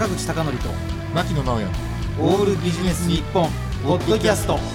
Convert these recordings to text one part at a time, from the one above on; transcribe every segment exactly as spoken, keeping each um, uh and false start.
坂口孝則と牧野直哉オールビジネス日本ポッドキャスト。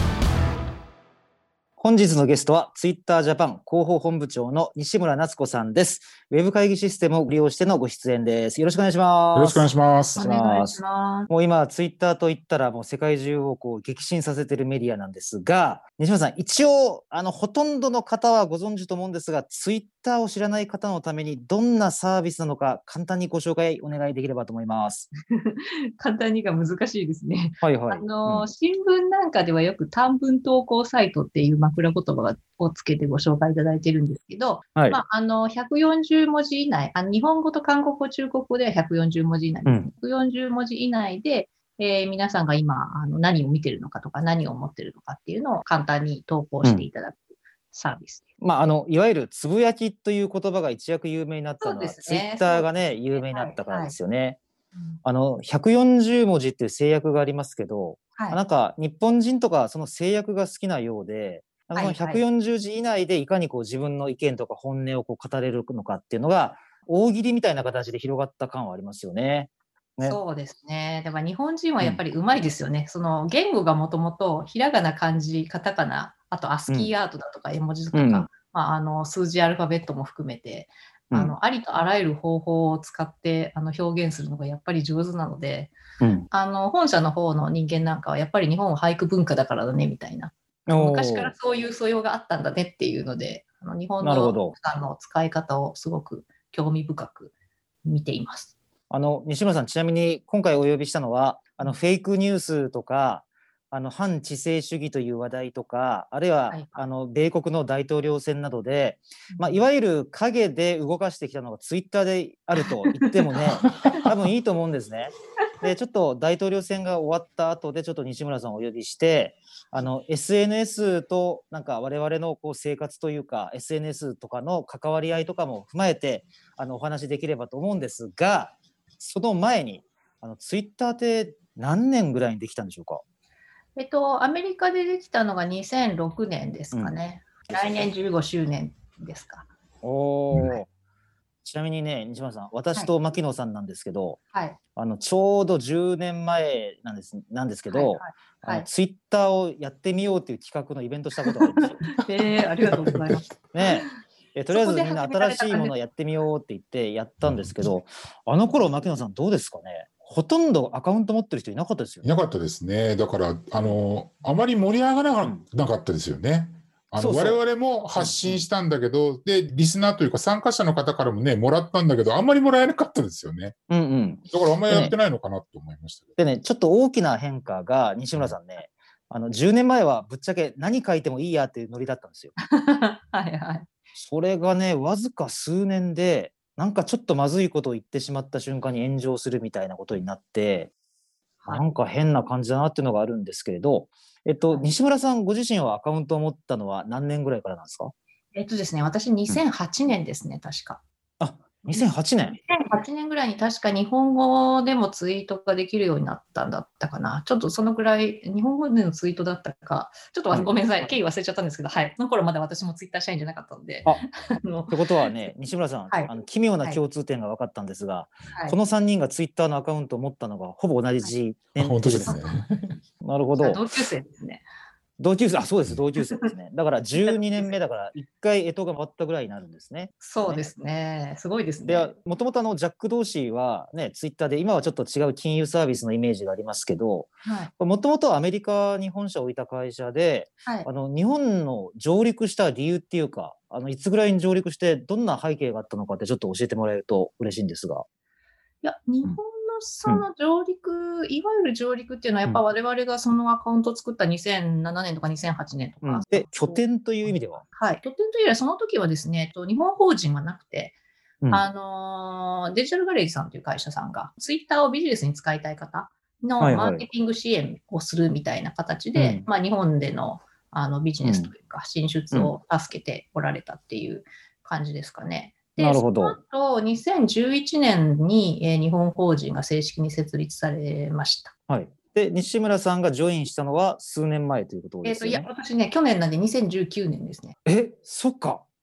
本日のゲストはツイッタージャパン広報本部長の西村夏子さんです。ウェブ会議システムを利用してのご出演です。よろしくお願いします。 よろしくお願いします。 お願いします。 もう今ツイッターといったらもう世界中をこう激震させているメディアなんですが、西村さん、一応あのほとんどの方はご存知と思うんですが、ツイッターを知らない方のためにどんなサービスなのか簡単にご紹介お願いできればと思います。 簡単にが難しいですね。 はいはい。 あの、 うん、 新聞なんかではよく短文投稿サイトっていう枕言葉をつけてご紹介いただいてるんですけど、 はい。 まあ、あの、ひゃくよんじゅうもじ以内、あの日本語と韓国語、中国語ではひゃくよんじゅうもじ以内、 うんひゃくよんじゅうもじ以内で、えー皆さんが今あの何を見てるのかとか何を思ってるのかっていうのを簡単に投稿していただくサービスです。 まあ、あのいわゆるつぶやきという言葉が一躍有名になったのは、 そうですねツイッターがね、 そうですね有名になったからですよね。 うんあのひゃくよんじゅうもじっていう制約がありますけど、 はいなんか日本人とかその制約が好きなようで、あのはいはいひゃくよんじゅうじ以内でいかにこう自分の意見とか本音をこう語れるのかっていうのが大喜利みたいな形で広がった感はありますよね。ね。 そうですね。だから日本人はやっぱりうまいですよね。その言語がもともとひらがな、漢字、カタカナ、あとアスキーアートだとか絵文字とか、 うんまあ、あの数字アルファベットも含めて、 うんあのありとあらゆる方法を使ってあの表現するのがやっぱり上手なので、 うんあの本社の方の人間なんかはやっぱり日本は俳句文化だからだねみたいな、昔からそういう素養があったんだねっていうので、あの日本のなるほど。 普段の使い方をすごく興味深く見ています。 あの西村さん、ちなみに今回お呼びしたのはあのフェイクニュースとかあの反知性主義という話題とか、あるいは、 はいあの米国の大統領選などで、まあ、いわゆる影で動かしてきたのがツイッターであると言ってもね多分いいと思うんですね。でちょっと大統領選が終わった後でちょっと西村さんをお呼びして、あの エスエヌエス となんか我々のこう生活というか エスエヌエス とかの関わり合いとかも踏まえてあのお話しできればと思うんですが、その前にあのツイッターって何年ぐらいにできたんでしょうか？ えっと、アメリカでできたのがにせんろくねんですかね。うん、来年じゅうごしゅうねんですか。 おー、 はい、 ちなみにね、西村さん、私と牧野さんなんですけど、 はい、 あのちょうどじゅうねんまえなんです、なんですけど、はいはいはい、あのツイッターをやってみようという企画のイベントしたことがあるんですよ。 えー、ありがとうございます。 ねえ、とりあえずみんな新しいものをやってみようって言ってやったんですけど、あの頃牧野さんどうですかね？ほとんどアカウント持ってる人いなかったですよね。 いなかったですね。だからあのあまり盛り上がらなかったですよね。あのそうそう、我々も発信したんだけど、うん、でリスナーというか参加者の方からもねもらったんだけど、あんまりもらえなかったですよね。 うんうん。 だからあんまりやってないのかなと思いましたけど。 でね、ちょっと大きな変化が西村さんね、あのじゅうねんまえはぶっちゃけ何書いてもいいやっていうノリだったんですよ。 はいはい。 それがね、わずか数年でなんかちょっとまずいことを言ってしまった瞬間に炎上するみたいなことになって、なんか変な感じだなっていうのがあるんですけれど、えっと、はい、西村さんご自身はアカウントを持ったのは何年ぐらいからなんですか？ えっとですね、私にせんはちねんですね、うん、確か。 あ、にせんはちねん。 にせんはちねんぐらいに確か日本語でもツイートができるようになったんだったかな。ちょっとそのぐらい、日本語でのツイートだったか、ちょっとごめんなさい、はい、経緯忘れちゃったんですけど、はい。その頃まだ私もツイッター社員じゃなかったので。 あってことはね、西村さん、はい、あの奇妙な共通点が分かったんですが、はい、このさんにんがツイッターのアカウントを持ったのがほぼ同じ年、 はい、本当ですね。 なるほど。 同級生ですね。 同級生、あ、そうです、同級生ですね。だからじゅうにねんめだからいっかい干支が回ったぐらいになるんですね。 そうですね。すごいですね。 で、もともとあのジャック・ドーシーはね、ツイッターで今はちょっと違う金融サービスのイメージがありますけど、もともとアメリカに本社を置いた会社で、はい、あの日本の上陸した理由っていうか、あのいつぐらいに上陸してどんな背景があったのかってちょっと教えてもらえると嬉しいんですが。 いや、日本のその上陸、うん、いわゆる上陸っていうのはやっぱ我々がそのアカウントを作ったにせんななねんとかにせんはちねんとか、うん、 で拠点という意味では、 はい、拠点というよりはその時はですね、日本法人はなくて、うん、あのデジタルガレージさんという会社さんがツイッターをビジネスに使いたい方のマーケティング支援をするみたいな形で、はいはい、まあ、日本でのあのビジネスというか進出を助けておられたっていう感じですかね。で、 なるほど。 その後にせんじゅういちねんに、えー、日本法人が正式に設立されました。 はい。で、西村さんがジョインしたのは数年前ということですよね。 えーと、いや、私ね、去年なんでにせんじゅうきゅうねんですね。 え、そっか。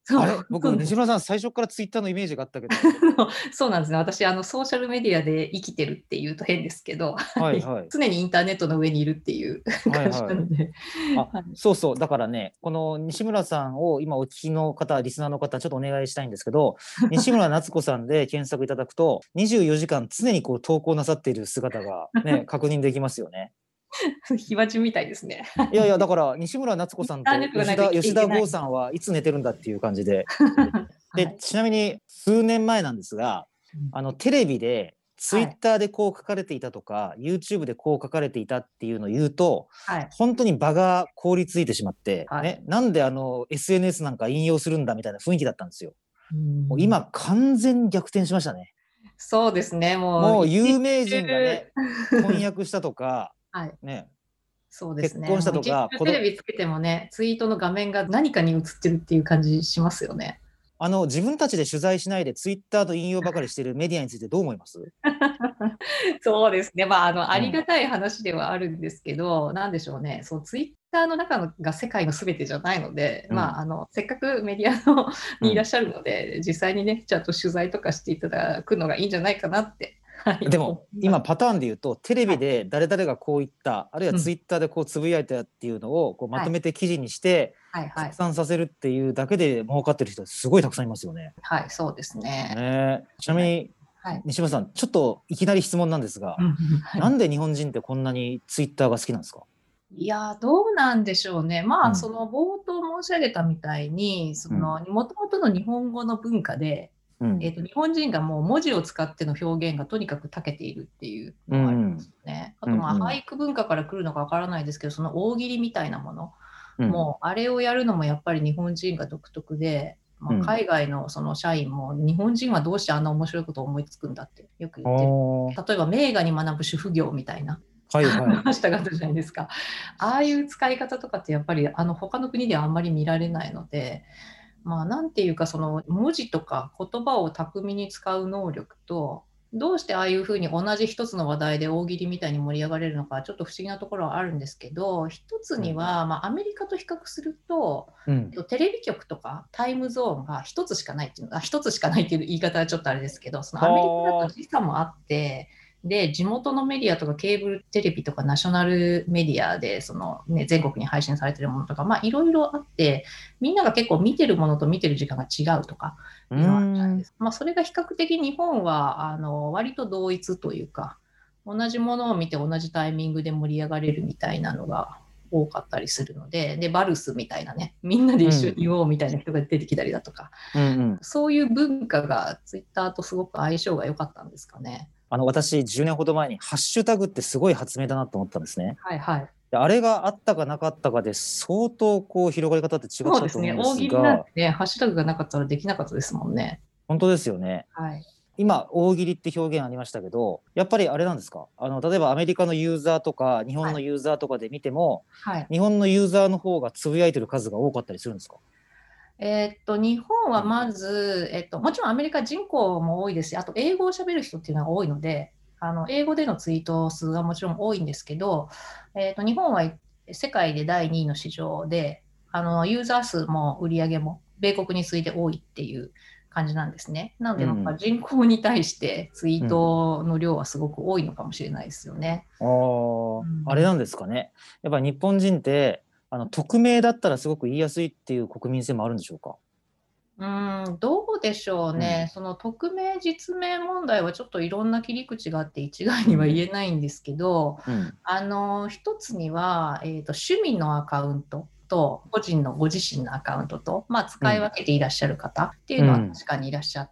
あれ僕、西村さん、最初からツイッターのイメージがあったけど。 そうなんですね。私、あの、ソーシャルメディアで生きてるっていうと変ですけど、 はいはい。 常にインターネットの上にいるっていう感じなので。 あ、そうそう。だからね、この西村さんを今お聞きの方、リスナーの方、ちょっとお願いしたいんですけど、西村夏子さんで検索いただくと、にじゅうよじかん常にこう投稿なさっている姿がね、確認できますよね。 ひばちみたいですね。 いやいや、だから西村夏子さんと吉田吉田剛さんはいつ寝てるんだっていう感じで。で、ちなみに数年前なんですが、あのテレビでツイッターでこう書かれていたとか、YouTube でこう書かれていたっていうのを言うと、 はい、 本当に場が凍りついてしまって、はい、ね、なんであの エスエヌエス なんか引用するんだみたいな雰囲気だったんですよ。もう今完全に逆転しましたね。 そうですね。もう、 もう有名人がね、婚約したとか、はい、ね。 そうですね。 結婚したとか、 テレビつけてもね、ツイートの画面が何かに映ってるっていう感じしますよね。 あの自分たちで取材しないでツイッターと引用ばかりしているメディアについてどう思います？ そうですね。まあ、あの、ありがたい話ではあるんですけど、うん、なんでしょうね。そう、ツイッターの中のが世界のすべてじゃないので、うん、まあ、あの、せっかくメディアのにいらっしゃるので、うん、実際にね、ちゃんと取材とかしていただくのがいいんじゃないかなって。 はい、でも今パターンで言うとテレビで誰々がこう言った、はい、あるいはツイッターでこうつぶやいたっていうのをこうまとめて記事にして拡散させるっていうだけで儲かってる人すごいたくさんいますよね。 はい、そうですね。 ね、ちなみに、はい、西村さん、ちょっといきなり質問なんですが、はい、なんで日本人ってこんなにツイッターが好きなんですか？ いや、どうなんでしょうね。まあ、うん、その冒頭申し上げたみたいに、その、もともとの日本語の文化で、うん、えーと、日本人がもう文字を使っての表現がとにかく長けているっていうのがありますね。うん、あと、まあ、俳句文化から来るのかわからないですけど、その大喜利みたいなもの、うん、もうあれをやるのもやっぱり日本人が独特で、まあ、海外のその社員も日本人はどうしてあんな面白いことを思いつくんだってよく言ってる。例えば名画に学ぶ主婦業みたいな。 はいはい、 話したかったじゃないですか。ああいう使い方とかってやっぱりあの他の国ではあんまり見られないので、まあなんていうかその文字とか言葉を巧みに使う能力と、どうしてああいうふうに同じ一つの話題で大喜利みたいに盛り上がれるのかちょっと不思議なところはあるんですけど、一つには、うん、まあ、アメリカと比較すると、うん、テレビ局とかタイムゾーンが一つしかないっていうのが一つしかないっていう言い方はちょっとあれですけど、そのアメリカだと時差もあってで、地元のメディアとかケーブルテレビとかナショナルメディアでその、ね、全国に配信されているものとか、まあいろいろあって、みんなが結構見てるものと見てる時間が違うとかいうのがあるじゃないですか。まあ、それが比較的日本はあの割と同一というか、同じものを見て同じタイミングで盛り上がれるみたいなのが多かったりするので、でバルスみたいなね、みんなで一緒に言おうみたいな人が出てきたりだとか、うんうん、そういう文化がツイッターとすごく相性が良かったんですかね。 あの私じゅうねんほど前にハッシュタグってすごい発明だなと思ったんですね。 はいはい。 であれがあったかなかったかで相当こう広がり方って違ったと思うんですが。そうですね。 大喜利なんてね、ハッシュタグがなかったらできなかったですもんね。 本当ですよね。 はい。 今大喜利って表現ありましたけど、やっぱりあれなんですか？あの例えばアメリカのユーザーとか日本のユーザーとかで見ても、はい、日本のユーザーの方がつぶやいてる数が多かったりするんですか？ えー、っと日本はまず、えっと、もちろんアメリカ人口も多いですし、あと英語を喋る人っていうのが多いので、あの英語でのツイート数がもちろん多いんですけど、えー、っと日本は世界でだいにいの市場で、あのユーザー数も売り上げも米国に次いで多いっていう感じなんですね。なので、うん、人口に対してツイートの量はすごく多いのかもしれないですよね。 うん、あ, うん、あれなんですかね。やっぱり日本人ってあの匿名だったらすごく言いやすいっていう国民性もあるんでしょうか？ うーん、どうでしょうね、うん、その匿名実名問題はちょっといろんな切り口があって一概には言えないんですけど、うん、あの一つには、えーと、趣味のアカウントと個人のご自身のアカウントと、まあ、使い分けていらっしゃる方っていうのは確かにいらっしゃって、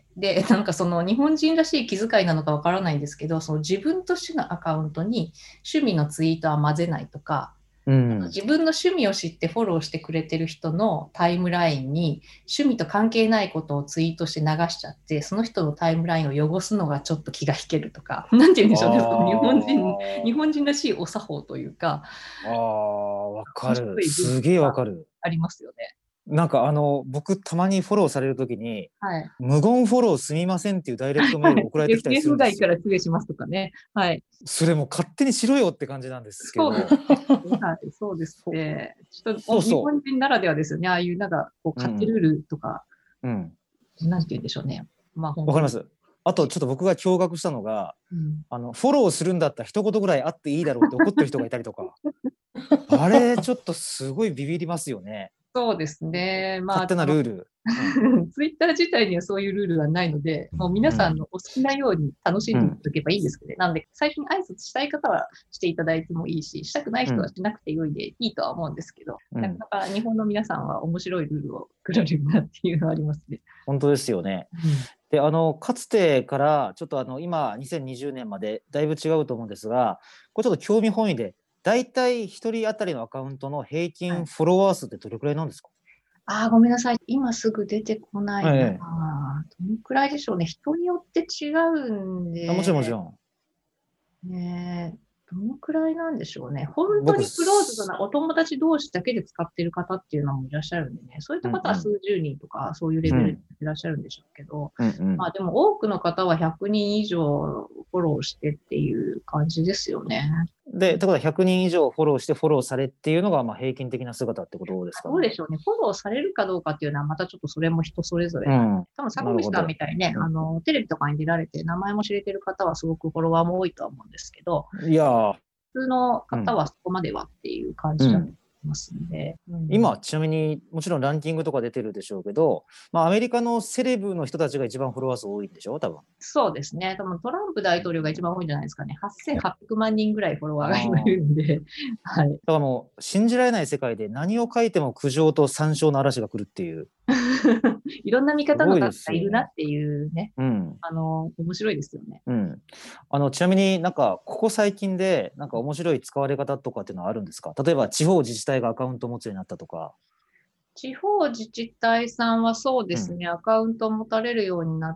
うん、でなんかその日本人らしい気遣いなのかわからないんですけど、その自分としてのアカウントに趣味のツイートは混ぜないとか、うん、自分の趣味を知ってフォローしてくれてる人のタイムラインに趣味と関係ないことをツイートして流しちゃって、その人のタイムラインを汚すのがちょっと気が引けるとか、なんて言うんでしょうね、日本人日本人らしいお作法というか、 あー、わかる、すげえわかる。 ありますよね。 なんかあの僕たまにフォローされるときに、 はい。 無言フォローすみませんっていうダイレクトメール送られてきたりするんエフエフ 外ですよ。 から失礼しますとかね。はい。 それもう勝手にしろよって感じなんですけど。 そうですね。はい、そうですね。ちょっと日そうそう。 本人ならではですよね。ああいうなんかこう勝手ルールとか、 うん。 なんて言うんでしょうね。まあ本当に。 わかります。あとちょっと僕が驚愕したのが、 うん、 あのフォローするんだったら一言ぐらいあっていいだろうって怒ってる人がいたりとか。あれちょっとすごいビビりますよね。 そうですね。ま勝手あ、 なルール。 ツイッター自体にはそういうルールはないので、もう皆さんのお好きなように楽しんでいただければいいんですけどね。なので、最初に挨拶したい方はしていただいてもいいし、したくない人はしなくてよいでいいとは思うんですけど、 うん、 なかなか日本の皆さんは面白いルールを作られるなっていうのはありますね。 本当ですよね。うん、であのかつてからちょっとあの今にせんにじゅうねんまでだいぶ違うと思うんですが、これちょっと興味本位で、だいたいひとり当たりのアカウントの平均フォロワー数ってどれくらいなんですか？ はい、あ、ごめんなさい。今すぐ出てこないな。ええ、どのくらいでしょうね。人によって違うんで。 あ、もちろんもちろん。 ねえ、どのくらいなんでしょうね。本当にクローズドなお友達同士だけで使ってる方っていうのもいらっしゃるんでね、そういった方は数十人とかそういうレベルでいらっしゃるんでしょうけど、うんうん、まあでも多くの方はひゃくにん以上フォローしてっていう感じですよね。 で、ってことはひゃくにん以上フォローしてフォローされっていうのがまあ平均的な姿ってことですかね。 そうでしょうね。フォローされるかどうかっていうのはまたちょっとそれも人それぞれ。うん、多分坂口さんみたいにね、あの、テレビとかに出られて名前も知れてる方はすごくフォロワーも多いとは思うんですけど、 いやー、 普通の方はそこまではっていう感じだと思いますんで。 うんうん、今、ちなみにもちろんランキングとか出てるでしょうけど、まあ、アメリカのセレブの人たちが一番フォロワー数多いんでしょ、多分。 そうですね。多分トランプ大統領が一番多いんじゃないですかね。はっせんはっぴゃくまん人ぐらいフォロワーがいるんで。はい。だからもう信じられない世界で何を書いても苦情と参照の嵐が来るっていう。 いろんな見方の方がいるなっていうね。うん、あの、面白いですよね。 うん。あの、ちなみになんか、ここ最近でなんか面白い使われ方とかっていうのはあるんですか？例えば地方自治体がアカウントを持つようになったとか。 地方自治体さんはそうですね、うん、アカウントを持たれるようになって、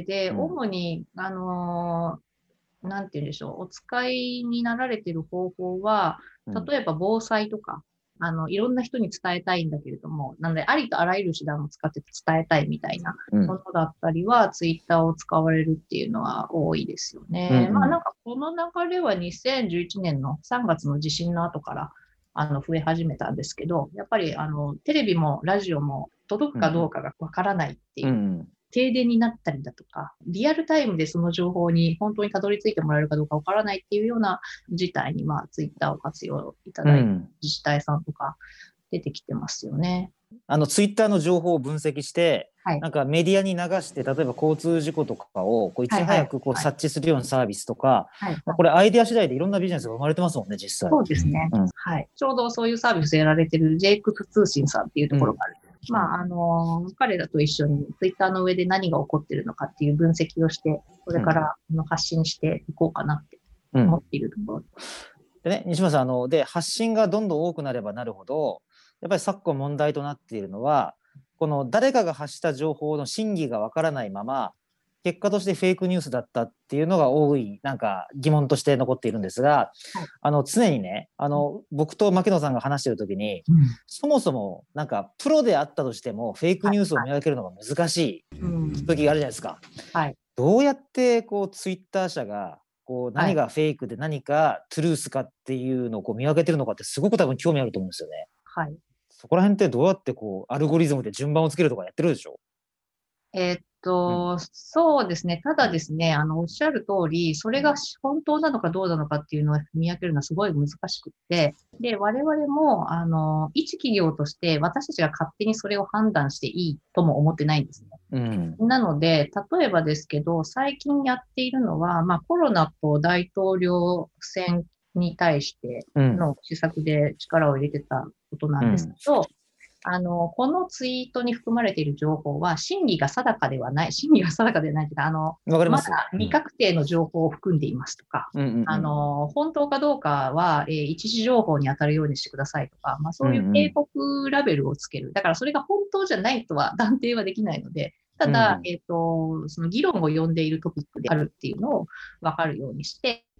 で、うん、主に、あのー、なんて言うんでしょう、お使いになられている方法は、例えば防災とか、うん、あの、いろんな人に伝えたいんだけれども、なので、ありとあらゆる手段を使って伝えたいみたいなものだったりは、うん、ツイッターを使われるっていうのは多いですよね。うんうん、まあ、なんか、この流れはにせんじゅういちねんのさんがつの地震の後から、あの、増え始めたんですけど、やっぱり、あの、テレビもラジオも届くかどうかがわからないっていう、うん、停電になったりだとか、リアルタイムでその情報に本当にたどり着いてもらえるかどうかわからないっていうような事態に、まあ、ツイッターを活用いただいて、自治体さんとか出てきてますよね。 うん、あの、ツイッターの情報を分析して、はい、なんかメディアに流して、例えば交通事故とかをこういち早くこう察知するようなサービスとか、はいはい、これアイデア次第でいろんなビジネスが生まれてますもんね、実際。 そうですね。うん、はい。ちょうどそういうサービスやられてる ジェイエックス 通信さんっていうところがある。うん、まあ、あのー、彼らと一緒にツイッターの上で何が起こってるのかっていう分析をして、これから発信していこうかなって思っているところです。 うん、でね、西村さん、あの、で、発信がどんどん多くなればなるほど、やっぱり昨今問題となっているのは、この誰かが発した情報の真偽がわからないまま、結果としてフェイクニュースだったっていうのが多い、なんか疑問として残っているんですが、はい、あの常にね、あの僕と牧野さんが話しているときに、うん、そもそもなんかプロであったとしてもフェイクニュースを見分けるのが難しい時があるじゃないですか。はい、どうやってこうツイッター社がこう何がフェイクで何かトゥルースかっていうのをこう見分けてるのかってすごく多分興味あると思うんですよね。はい、そこら辺ってどうやってこうアルゴリズムで順番をつけるとかやってるでしょ？ えー、っと、うん、そうですね。ただですね、あの、おっしゃる通り、それが本当なのかどうなのかっていうのを見分けるのはすごい難しくって、で、我々も、あの、一企業として私たちが勝手にそれを判断していいとも思ってないんですね。うん、なので、例えばですけど、最近やっているのは、まあ、コロナと大統領選に対しての施策で力を入れてたことなんですけど、うん、あの、このツイートに含まれている情報は、真偽が定かではない、真偽が定かではないというか、あの、まだ未確定の情報を含んでいますとか、うんうんうん、あの、本当かどうかは、えー、一時情報に当たるようにしてくださいとか、まあ、そういう警告ラベルをつける。だからそれが本当じゃないとは断定はできないので、ただ、うん、えっと、その議論を呼んでいるトピックであるっていうのを分かるようにして、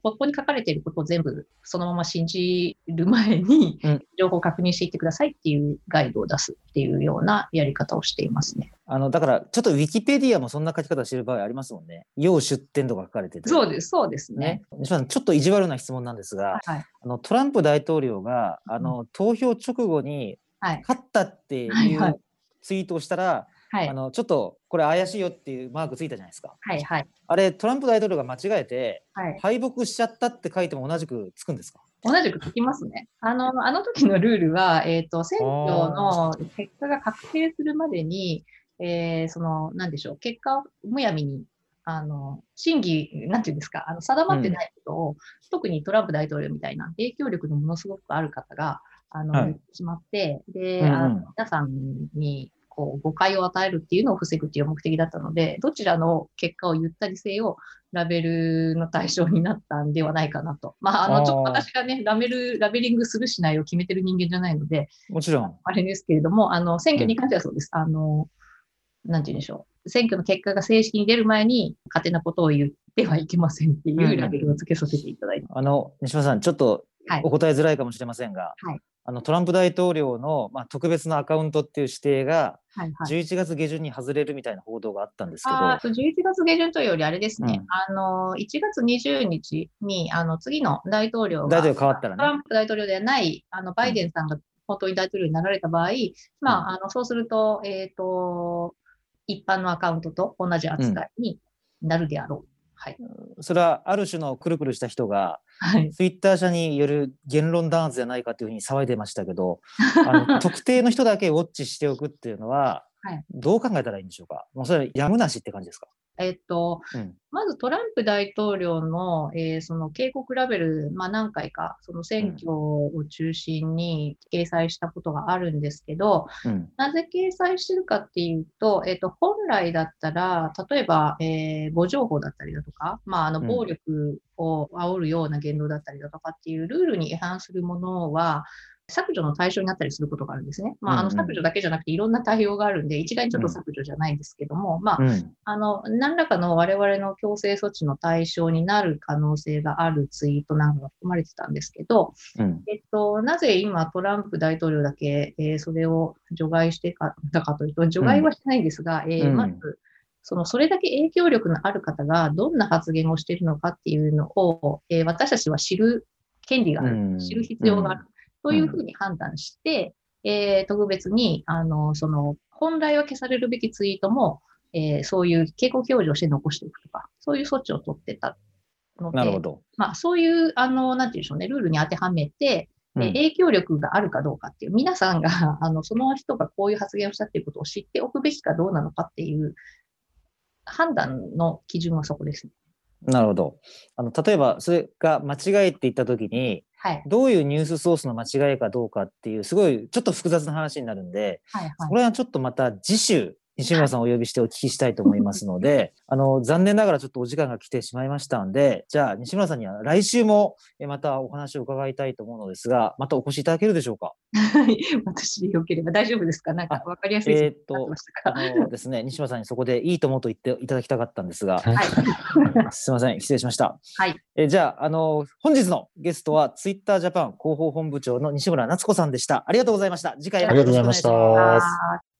ここに書かれていることを全部そのまま信じる前に、情報を確認していってくださいっていうガイドを出すっていうようなやり方をしていますね。 あのだからちょっとウィキペディアもそんな書き方してる場合ありますもんね。要出典とか書かれてて。 そうです、そうですね。 西村さん、ちょっと意地悪な質問なんですが、はい、あのトランプ大統領があの、うん、投票直後に勝ったっていうツイートをしたら、はい、あのちょっとこれ怪しいよっていうマークついたじゃないですか。 はいはい、 あれトランプ大統領が間違えて、はい、敗北しちゃったって書いても同じくつくんですか？ 同じくつきますね。あのあの時のルールは、えーと、選挙の結果が確定するまでに、えー、その何でしょう、結果をむやみにあの審議なんていうんですか、あの定まってないことを、うん、特にトランプ大統領みたいな影響力のものすごくある方があの、はい、言ってしまって、で、うんうん、あの皆さんにこう誤解を与えるっていうのを防ぐっていう目的だったので、どちらの結果を言ったりせよラベルの対象になったんではないかなと。まあ、あのちょっと私がねラベルラベリングするしないを決めてる人間じゃないので、 もちろんあれですけれども、あの選挙に関してはそうです。うん、あのなんて言うんでしょう。選挙の結果が正式に出る前に勝手なことを言ってはいけませんっていうラベルを付けさせていただいて、 うん、あの西村さん、ちょっとお答えづらいかもしれませんが、はい、あのトランプ大統領の、まあ、特別なアカウントっていう指定がじゅういちがつ下旬に外れるみたいな報道があったんですけど、 はいはい、あじゅういちがつ下旬というよりあれですね、うん、あのいちがつにじゅうにちにあの次の大統領が大統領変わったらね、 トランプ大統領ではないあのバイデンさんが本当に大統領になられた場合、うん、まあ、あのそうすると、えっと一般のアカウントと同じ扱いになるであろう、うん、はい、 それはある種のくるくるした人が、はい、ツイッター社による言論弾圧じゃないかというふうに騒いでましたけどあの特定の人だけウォッチしておくっていうのは、はい、どう考えたらいいんでしょうか？もうそれはやむなしって感じですか？ えっと、うん、まずトランプ大統領の、えー、その警告ラベル、まあ、何回かその選挙を中心に掲載したことがあるんですけど、うん、なぜ掲載してるかっていうと、えっと、本来だったら例えば、えー、誤情報だったりだとか、まあ、あの暴力を煽るような言動だったりだとかっていうルールに違反するものは削除の対象になったりすることがあるんですね。まあ、あの削除だけじゃなくていろんな対応があるんで、一概にちょっと削除じゃないんですけども、まあ、あの、何らかの我々の強制措置の対象になる可能性があるツイートなんかが含まれてたんですけど、うん、えっと、なぜ今トランプ大統領だけ、えー、それを除外してかたかというと、除外はしてないんですが、うん、えー、まず、そのそれだけ影響力のある方がどんな発言をしているのかっていうのを、えー、私たちは知る権利がある、うん、知る必要がある。というふうに判断して、うん、えー、特別に、あの、その、本来は消されるべきツイートも、えー、そういう警告表示をして残していくとか、そういう措置を取ってたので、 なるほど。 まあ、そういう、あの、なんていうんでしょうね、ルールに当てはめて、うん、えー、影響力があるかどうかっていう、皆さんが、あの、その人がこういう発言をしたっていうことを知っておくべきかどうなのかっていう判断の基準はそこですね。 なるほど。あの例えばそれが間違えって言った時に、はい、どういうニュースソースの間違いかどうかっていうすごいちょっと複雑な話になるんで、はいはい、それはちょっとまた次週西村さんをお呼びしてお聞きしたいと思いますので、あの残念ながらちょっとお時間が来てしまいましたんで、じゃあ西村さんには来週もまたお話を伺いたいと思うのですが、またお越しいただけるでしょうか？ はい、私でよければ大丈夫ですか？なんか分かりやすいえー、っとあのですね、西村さんにそこでいいと思うと言っていただきたかったんですが、はい、すみません、失礼しました。はい、えじゃあ、あの本日のゲストはツイッタージャパン広報本部長の西村夏子さんでした。ありがとうございました。次回もよろしくお願いします。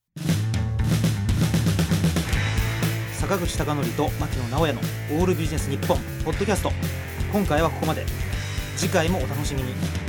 坂口孝則と牧野直哉のオールビジネス日本ポッドキャスト、今回はここまで。次回もお楽しみに。